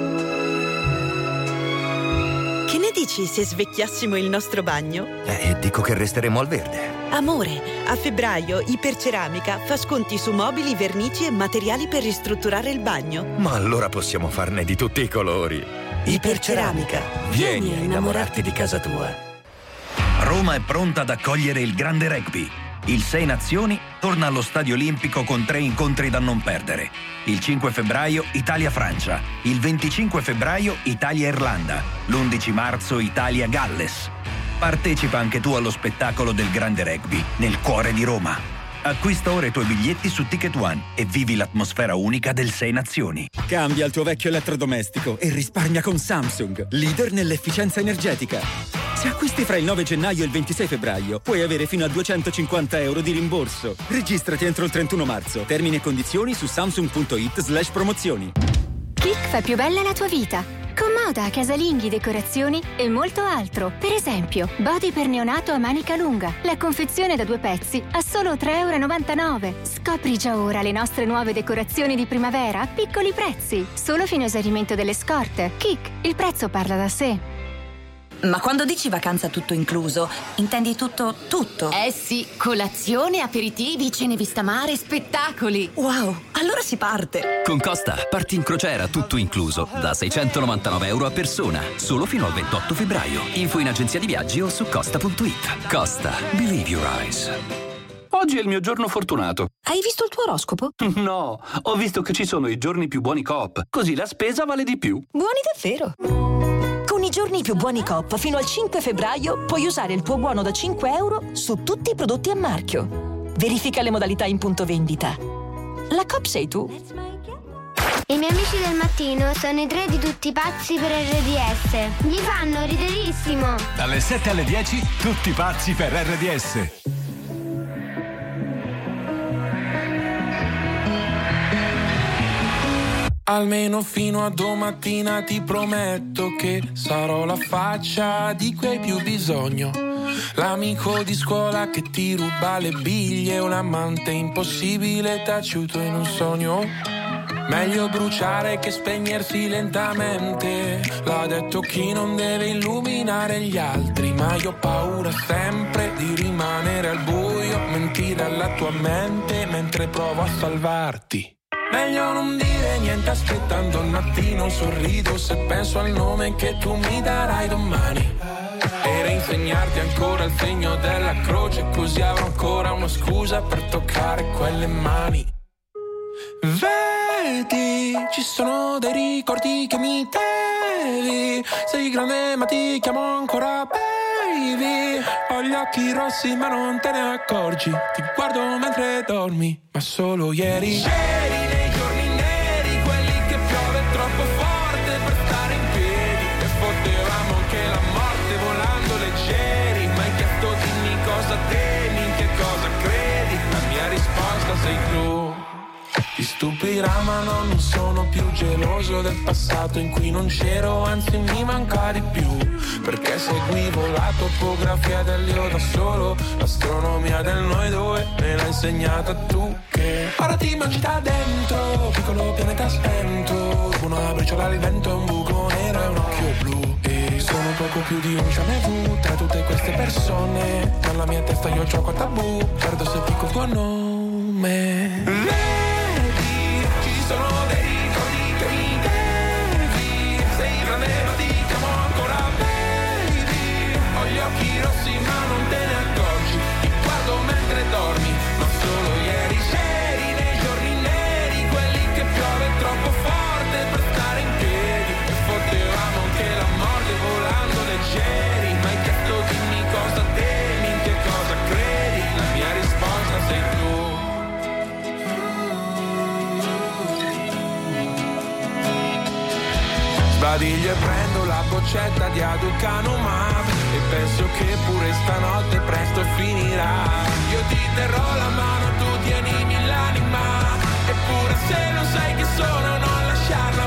Che ne dici se svecchiassimo il nostro bagno? Dico che resteremo al verde. Amore, a febbraio Iperceramica fa sconti su mobili, vernici e materiali per ristrutturare il bagno. Ma allora possiamo farne di tutti i colori. Iperceramica. Vieni a innamorarti di casa tua. Roma è pronta ad accogliere il grande rugby. Il 6 Nazioni torna allo Stadio Olimpico con 3 incontri da non perdere. Il 5 febbraio Italia-Francia, il 25 febbraio Italia-Irlanda, l'11 marzo Italia-Galles. Partecipa anche tu allo spettacolo del grande rugby nel cuore di Roma. Acquista ora i tuoi biglietti su Ticket One e vivi l'atmosfera unica del 6 Nazioni. Cambia il tuo vecchio elettrodomestico e risparmia con Samsung, leader nell'efficienza energetica. Se acquisti fra il 9 gennaio e il 26 febbraio, puoi avere fino a 250 euro di rimborso. Registrati entro il 31 marzo. Termini e condizioni su samsung.it/promozioni. Kik fa più bella la tua vita. Con moda, casalinghi, decorazioni e molto altro. Per esempio, body per neonato a manica lunga. La confezione da 2 pezzi a solo 3,99 €. Scopri già ora le nostre nuove decorazioni di primavera a piccoli prezzi. Solo fino a esaurimento delle scorte. Kik, il prezzo parla da sé. Ma quando dici vacanza tutto incluso, intendi tutto? Eh sì, colazione, aperitivi, cene vista mare, spettacoli. Wow, allora si parte! Con Costa parti in crociera tutto incluso da 699 euro a persona, solo fino al 28 febbraio. Info in agenzia di viaggi o su costa.it. Costa, believe your eyes. Oggi è il mio giorno fortunato. Hai visto il tuo oroscopo? No, ho visto che ci sono i giorni più buoni Coop, così la spesa vale di più. Buoni davvero? Con i giorni più buoni Coop fino al 5 febbraio puoi usare il tuo buono da 5 euro su tutti i prodotti a marchio. Verifica le modalità in punto vendita. La Coop sei tu. I miei amici del mattino sono i 3 di tutti pazzi per RDS. Gli fanno riderissimo. Dalle 7 alle 10, tutti pazzi per RDS. Almeno fino a domattina ti prometto che sarò la faccia di cui hai più bisogno. L'amico di scuola che ti ruba le biglie, un amante impossibile taciuto in un sogno. Meglio bruciare che spegnersi lentamente, l'ha detto chi non deve illuminare gli altri. Ma io ho paura sempre di rimanere al buio, mentire alla tua mente mentre provo a salvarti. Meglio non dire niente aspettando il mattino, sorrido se penso al nome che tu mi darai domani. E reinsegnarti ancora il segno della croce, così avrò ancora una scusa per toccare quelle mani. Vedi, ci sono dei ricordi che mi bevi. Sei grande ma ti chiamo ancora baby. Ho gli occhi rossi ma non te ne accorgi. Ti guardo mentre dormi, ma solo ieri. C'eri nei giorni neri, quelli che piove troppo forte per stare in piedi. E potevamo anche la morte volando leggeri. Ma hai chiesto dimmi cosa temi, in che cosa credi. La mia risposta sei tu. Ti stupirà ma no, non sono più geloso del passato in cui non c'ero, anzi mi manca di più. Perché seguivo la topografia dell'io da solo, l'astronomia del noi due me l'ha insegnata tu. Che ora ti mangi da dentro, piccolo pianeta spento. Una briciola al vento e un buco nero e un occhio blu. E sono poco più di un jamais tra tutte queste persone. Nella mia testa io gioco a tabù, perdo se dico il tuo nome. Sono dei ricordi che mi devi. Sei grande ma ti chiamo ancora baby. Ho gli occhi rossi ma non te ne accorgi. Ti guardo mentre dormi, ma solo ieri. C'eri nei giorni neri, quelli che piove troppo forte per stare in piedi. E potevamo anche la morte volando leggeri. Ma hai chiesto dimmi cosa temi, in che cosa credi. La mia risposta sei tu. Sbadiglio e prendo la boccetta di Aducanumab e penso che pure stanotte presto finirà. Io ti terrò la mano, tu tienimi l'anima, eppure se non sai che sono non lasciarla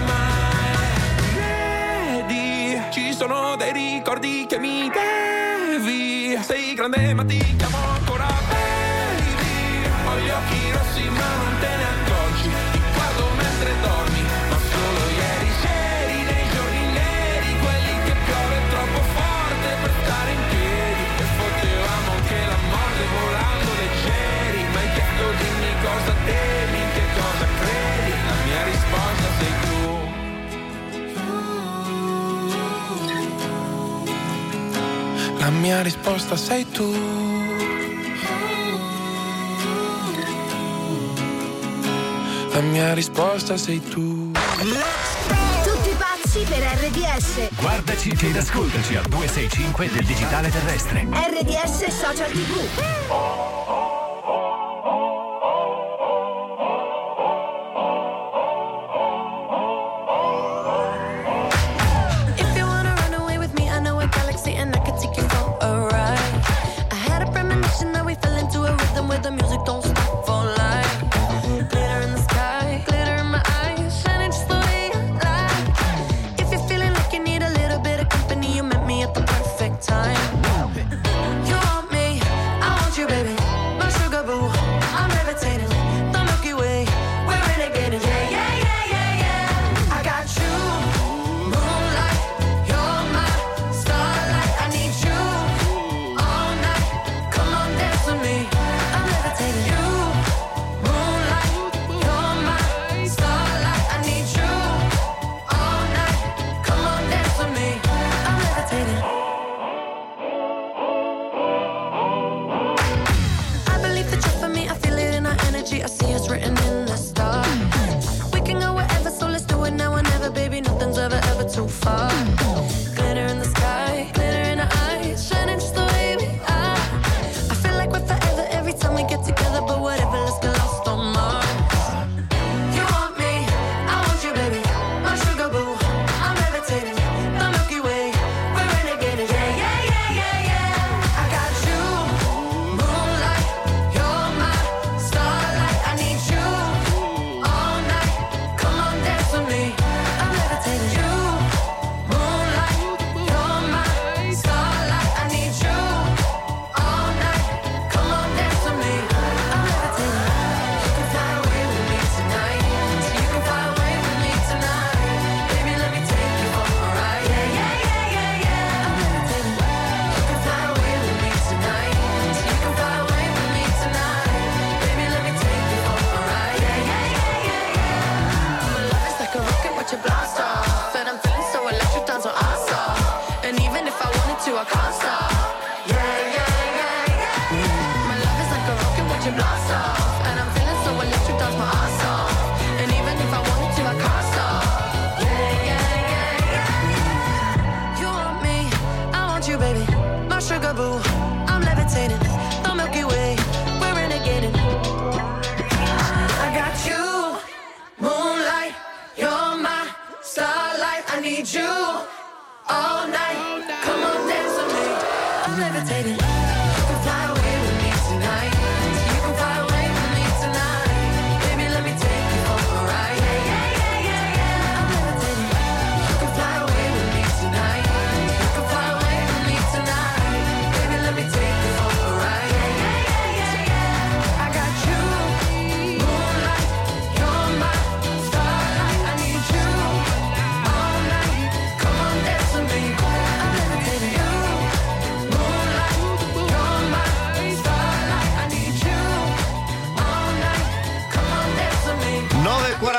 mai. Vedi, ci sono dei ricordi che mi devi. Sei grande ma ti chiamo ancora baby. Ho gli occhi rossi ma non te ne accorgi. Ti guardo mentre dormi, ma solo ieri. Dimmi cosa temi, in che cosa credi. La mia risposta sei tu. La mia risposta sei tu. La mia risposta sei tu. Tutti pazzi per RDS. Guardaci ed ascoltaci al 265 del digitale terrestre. RDS Social TV. Where the music don't stop for life. Glitter in the sky, glitter in my eyes, shining just the way you like. If you're feeling like you need a little bit of company, you met me at the perfect time. You want me, I want you, baby.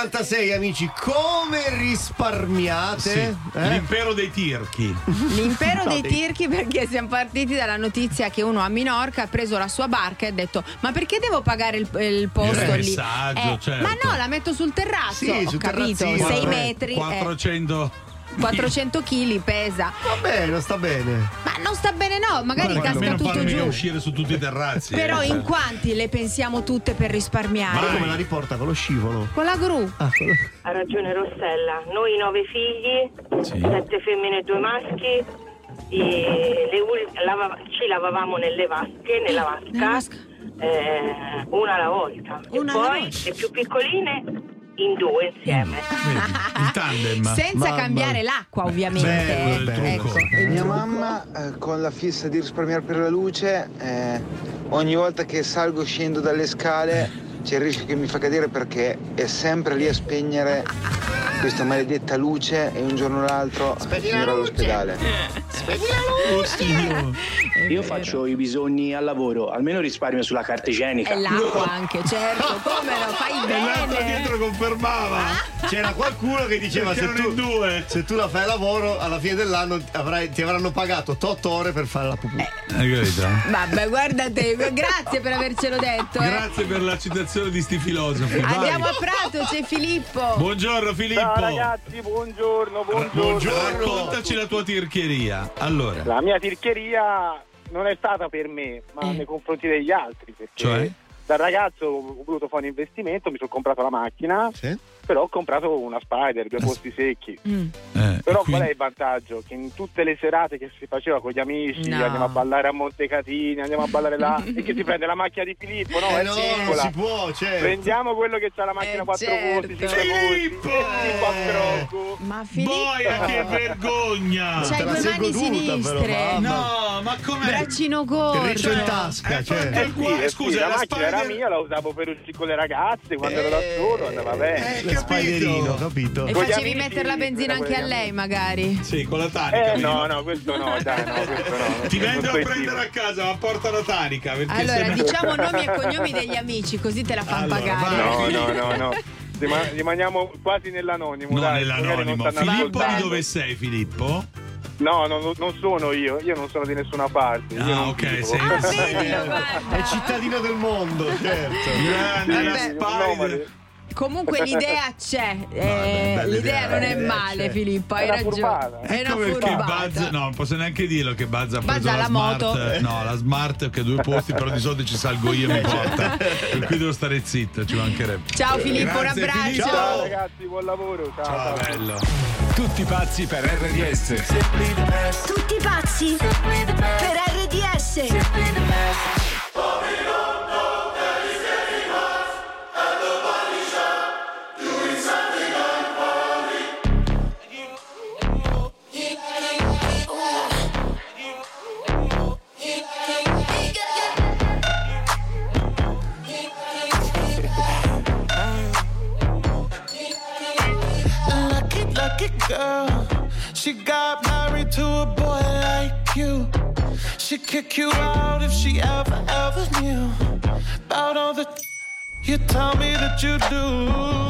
11:46 amici, come risparmiate? L'impero dei tirchi. L'impero dei tirchi, perché siamo partiti dalla notizia che uno a Minorca ha preso la sua barca e ha detto: ma perché devo pagare il posto lì? Certo. Ma no, la metto sul terrazzo. Sì, ho sul capito, terrazzino. 6 metri. 400 kg pesa. Vabbè, non sta bene. Ma non sta bene, no, magari casca almeno tutto farmi giù. uscire su tutti i terrazzi. Però in quanti le pensiamo tutte per risparmiare? Ma come la riporta con lo scivolo? Con la gru. Ha ragione Rossella, noi 9 figli, 7 femmine e 2 maschi, ci lavavamo nella vasca, una alla volta. E poi le più piccoline in 2 insieme. Il tandem. Senza cambiare l'acqua, ovviamente. Ecco. Mia mamma, con la fissa di risparmiare per la luce, ogni volta che salgo o scendo dalle scale c'è il rischio che mi fa cadere, perché è sempre lì a spegnere questa maledetta luce e un giorno o l'altro finirò all'ospedale. Io faccio i bisogni al lavoro, almeno risparmio sulla carta igienica. E l'acqua anche, certo, come lo fai bene. Dietro confermava. C'era qualcuno che diceva se tu la fai a lavoro, alla fine dell'anno ti avranno pagato 8 ore per fare la pupù. Hai capito? Vabbè, guarda te, grazie per avercelo detto. Grazie per la citazione di sti filosofi. Andiamo a Prato, c'è Filippo. Buongiorno Filippo. Ciao ragazzi, buongiorno. Raccontaci la tua tirchieria. Allora, la mia tirchieria non è stata per me, ma nei confronti degli altri, perché cioè? Da ragazzo ho voluto fare un investimento, mi sono comprato la macchina, però ho comprato una Spider, 2 posti secchi. Però qual è il vantaggio? Che in tutte le serate che si faceva con gli amici, andiamo a ballare a Montecatini, andiamo a ballare là, e che si prende la macchina di Filippo, no? È no, piccola. non si può, certo. Prendiamo quello che c'ha la macchina 4 posti, 5 posti, Ma Filippo, boia, che vergogna! C'hai 2 mani sinistre. No, ma com'è? Braccino corto. in tasca, scusa, la macchina era mia, la usavo per uscire con le ragazze, quando ero da solo andava bene. Spiderino, capito? E facevi mettere la benzina anche a lei, magari? Sì, con la tanica. No, questo no, dai, no, questo no. Ti vengo a prendere a casa, ma porta la tanica. Allora, diciamo nomi e cognomi degli amici, così te la fanno pagare. No. Rimaniamo quasi nell'anonimo. No, nell'anonimo. Filippo, di dove sei, Filippo? No, non sono io non sono di nessuna parte. Ok, sei è cittadino del mondo, certo. Grande, comunque l'idea c'è, l'idea non è male, Filippo, hai ragione. È una furbata. Buzz, no, non posso neanche dirlo che Buzz ha Buzz preso ha la moto. No, la Smart che ha 2 posti, però di solito ci salgo io e mi porta. Per cui devo stare zitto, ci mancherebbe. Ciao Filippo, un abbraccio. Filippo. Ciao ragazzi, buon lavoro. Ciao bello. Tutti pazzi per RDS. Tutti pazzi per RDS. Lucky girl, she got married to a boy like you. She'd kick you out if she ever knew about all the you tell me that you do.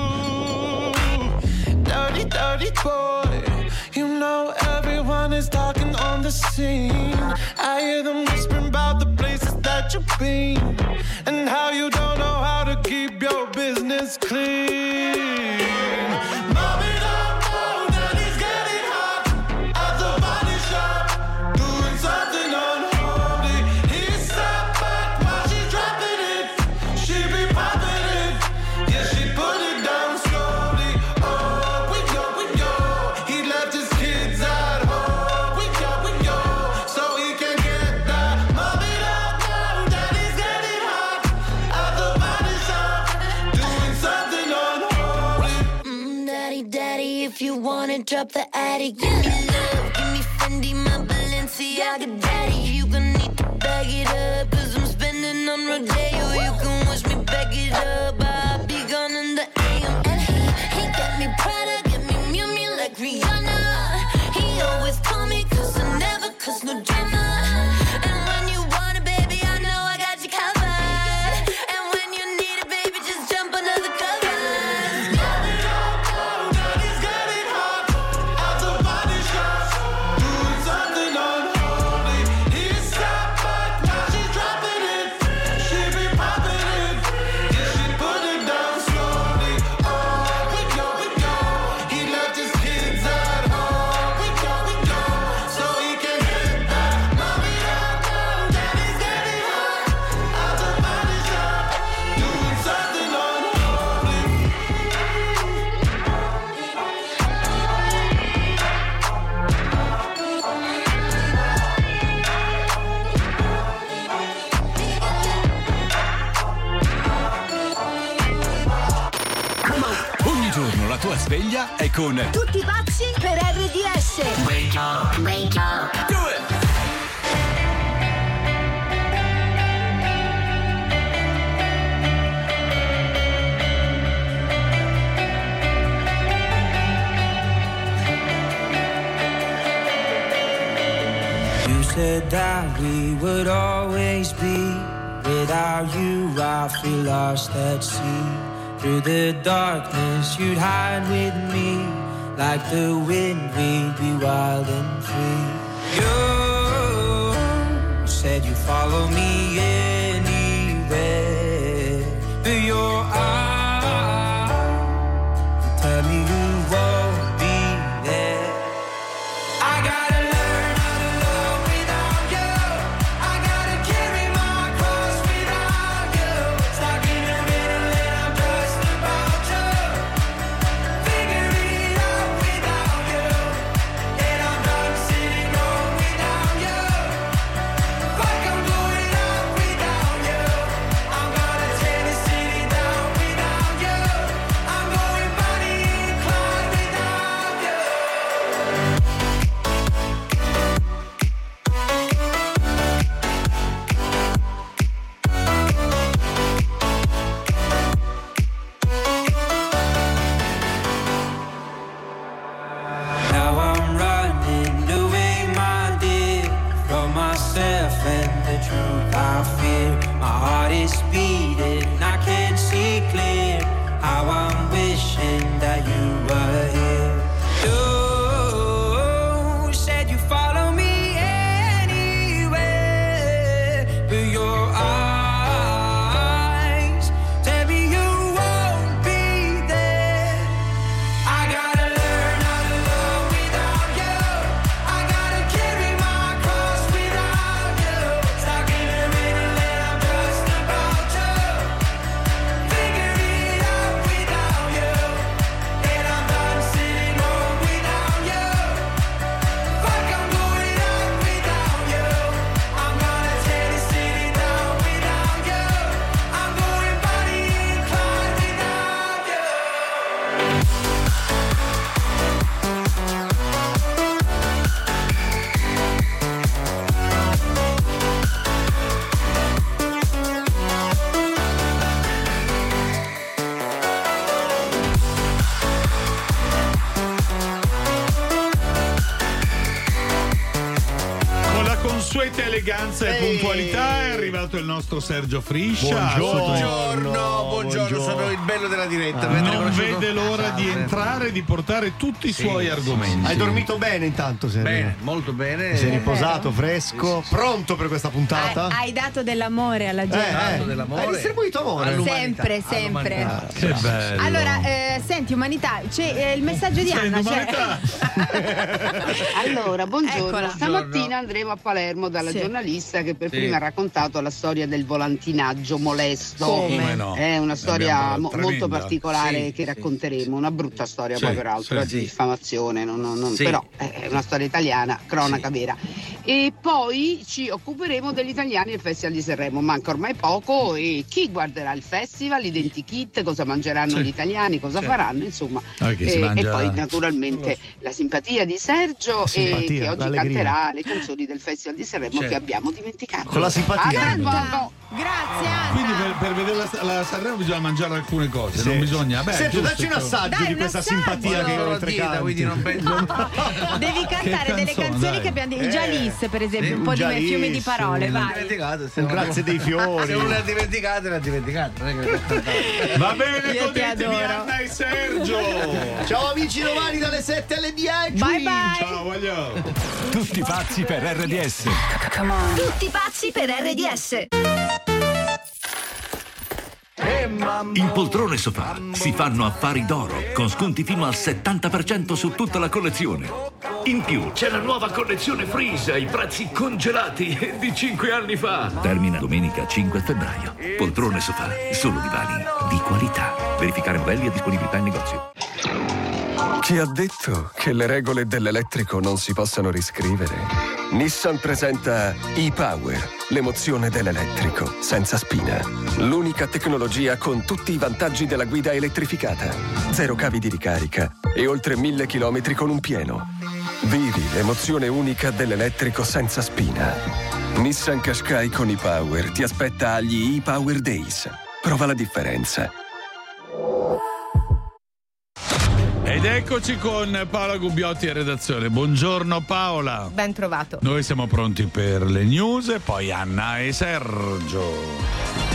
Dirty, dirty boy, you know everyone is talking on the scene. I hear them whispering about the places that you've been and how you don't know how to keep your business clean. Mommy, don't know that he's getting hot at the body shop, doing something unholy. He sat back while she's dropping it. She be popping it, yeah, she put it down slowly. Oh, we go. He left his kids at home. We go, so he can get that. Mommy, don't know that he's getting hot at the body shop, doing something unholy. Daddy, if you wanna drop the attic, give me love, give me Fendi, my Balenciaga daddy. You gon' need to bag it up, 'cause I'm spending on Rodeo. You can wish me back it up, I'll be gone in the AM. And he got me Prada, get me Miu Miu like Rihanna. He always call me 'cause I never cause no drama. And when you want it, baby, I know I got you covered. And when you need it, baby, just jump under the covers. giorno la tua sveglia è con Tutti pazzi per RDS. Wake up, wake up. Do it! You said that we would always be. Without you, I feel lost at sea. Through the darkness, you'd hide with me. Like the wind, we'd be wild and free. You said you'd follow me anywhere. But your eyes tell me you won't be there. I gotta learn how to love without you. I gotta carry my cross without you. Stuck in the middle and I'm just about to figure it out without you. And I'm done sitting home without you. Fuck, I'm going out without you. I'm gonna tear the city down without you. I'm going Bonnie and Clyde without you. Now I'm running away, my dear, from myself and the truth I fear. My heart is beating, I can't see clear. How I'm wishing that you were here. You said you follow me anywhere, but your eyes tell me you won't be there. I gotta learn how to love without you. I gotta carry my cross without you. Stuck in the middle and I'm just about to figure it out without you. And I'm done sitting home without you. Fuck, I'm going out without you. I'm gonna tear the city down without you. I'm going Bonnie and Clyde without you. Con la consueta eleganza e puntualità è arrivato il nostro Sergio Friscia. Buongiorno, sono il bello della diretta. Non vede l'ora di entrare e di portare tutti i suoi argomenti. Hai dormito bene intanto, Sergio? Bene, molto bene. Ti sei riposato, fresco, pronto per questa puntata? Hai dato dell'amore alla gente. Hai distribuito amore. Sempre, sempre. Che bello. Allora, senti, umanità, c'è il messaggio di Anna. Allora, buongiorno. Eccola. Stamattina andremo a Palermo dalla giornalista che per prima ha raccontato la storia del volantinaggio molesto. Come no? È una storia molto tremenda. particolare che racconteremo, una brutta storia poi peraltro, di diffamazione, però è una storia italiana, cronaca vera. E poi ci occuperemo degli italiani del Festival di Sanremo, manca ormai poco e chi guarderà il festival, l'identikit, cosa mangeranno gli italiani, cosa faranno, insomma. E poi naturalmente la simpatia di Sergio che oggi canterà le canzoni del Festival di Sanremo che abbiamo dimenticato. Con la simpatia. Grazie Anna. Quindi per vedere la Sanremo bisogna mangiare alcune cose, non bisogna. Senti, dacci un assaggio di questa simpatia che oltre canti. Devi cantare delle canzoni che abbiamo detto. I Jalis, per esempio, un po' di fiumi di parole, vai. Un grazie dei fiori. Se uno l'ha dimenticato, l'ha dimenticato. Va bene, Io ti godetevi adoro. Anna e Sergio. Ciao amici domani dalle 7 alle 10. Bye bye. Ciao, voglio. Tutti pazzi per RDS. Tutti pazzi per RDS. In Poltrone Sofà si fanno affari d'oro con sconti fino al 70% su tutta la collezione. In più c'è la nuova collezione Freeze ai prezzi congelati di 5 anni fa. Termina domenica 5 febbraio. Poltrone Sofà, solo divani di qualità. Verificare modelli e disponibilità in negozio. Chi ha detto che le regole dell'elettrico non si possano riscrivere? Nissan presenta e-Power, l'emozione dell'elettrico, senza spina. L'unica tecnologia con tutti i vantaggi della guida elettrificata. 0 cavi di ricarica e oltre 1000 chilometri con un pieno. Vivi l'emozione unica dell'elettrico senza spina. Nissan Qashqai con e-Power ti aspetta agli e-Power Days. Prova la differenza. Ed eccoci con Paola Gubbiotti in redazione. Buongiorno Paola. Ben trovato. Noi siamo pronti per le news e poi Anna e Sergio.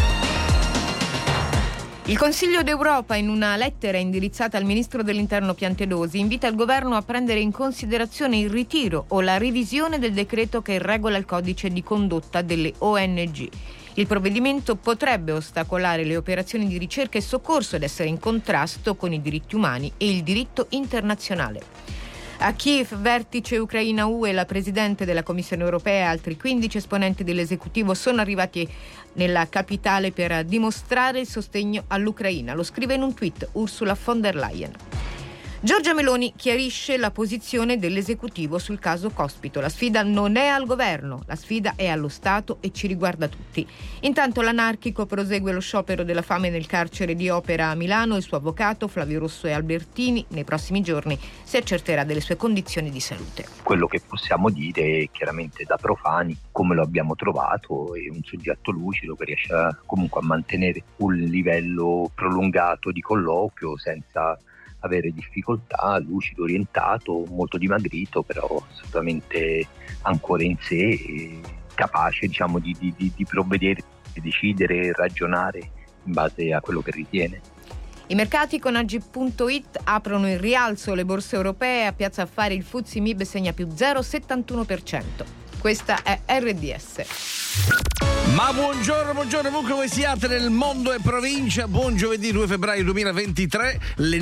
Il Consiglio d'Europa, in una lettera indirizzata al ministro dell'Interno Piantedosi, invita il governo a prendere in considerazione il ritiro o la revisione del decreto che regola il codice di condotta delle ONG. Il provvedimento potrebbe ostacolare le operazioni di ricerca e soccorso ed essere in contrasto con i diritti umani e il diritto internazionale. A Kiev, vertice Ucraina-UE, la Presidente della Commissione Europea e altri 15 esponenti dell'esecutivo sono arrivati nella capitale per dimostrare il sostegno all'Ucraina. Lo scrive in un tweet Ursula von der Leyen. Giorgia Meloni chiarisce la posizione dell'esecutivo sul caso Cospito. La sfida non è al governo, la sfida è allo Stato e ci riguarda tutti. Intanto l'anarchico prosegue lo sciopero della fame nel carcere di Opera a Milano. Il suo avvocato Flavio Rosso e Albertini nei prossimi giorni si accerterà delle sue condizioni di salute. Quello che possiamo dire è chiaramente da profani come lo abbiamo trovato, è un soggetto lucido che riesce comunque a mantenere un livello prolungato di colloquio senza avere difficoltà, lucido, orientato, molto dimagrito, però assolutamente ancora in sé, capace di provvedere, di decidere, ragionare in base a quello che ritiene. I mercati con Agi.it aprono in rialzo le borse europee. A Piazza Affari il FTSE MIB segna più 0,71%. Questa è RDS. Ma buongiorno ovunque voi siate nel mondo e provincia. Buon giovedì 2 febbraio 2023, le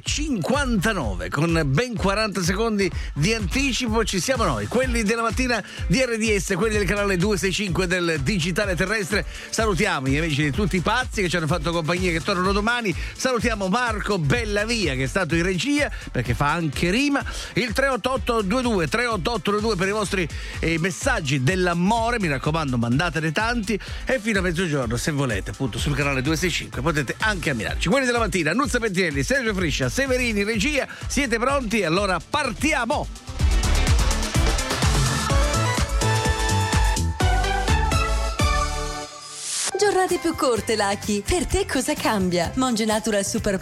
9.59, con ben 40 secondi di anticipo ci siamo noi, quelli della mattina di RDS, quelli del canale 265 del digitale terrestre. Salutiamo gli amici di tutti i pazzi che ci hanno fatto compagnia, che tornano domani. Salutiamo Marco Bellavia, che è stato in regia perché fa anche rima. Il 38822 per i vostri messaggi dell'amore, mi raccomando, mandatene tanti. E fino a mezzogiorno, se volete, appunto sul canale 265 potete anche ammirarci. Quelli della mattina, Nuzza Pettielli, Sergio Friscia, Severini, regia. Siete pronti? Allora partiamo! Giornate più corte, Lucky. Per te cosa cambia? Monge Natural Super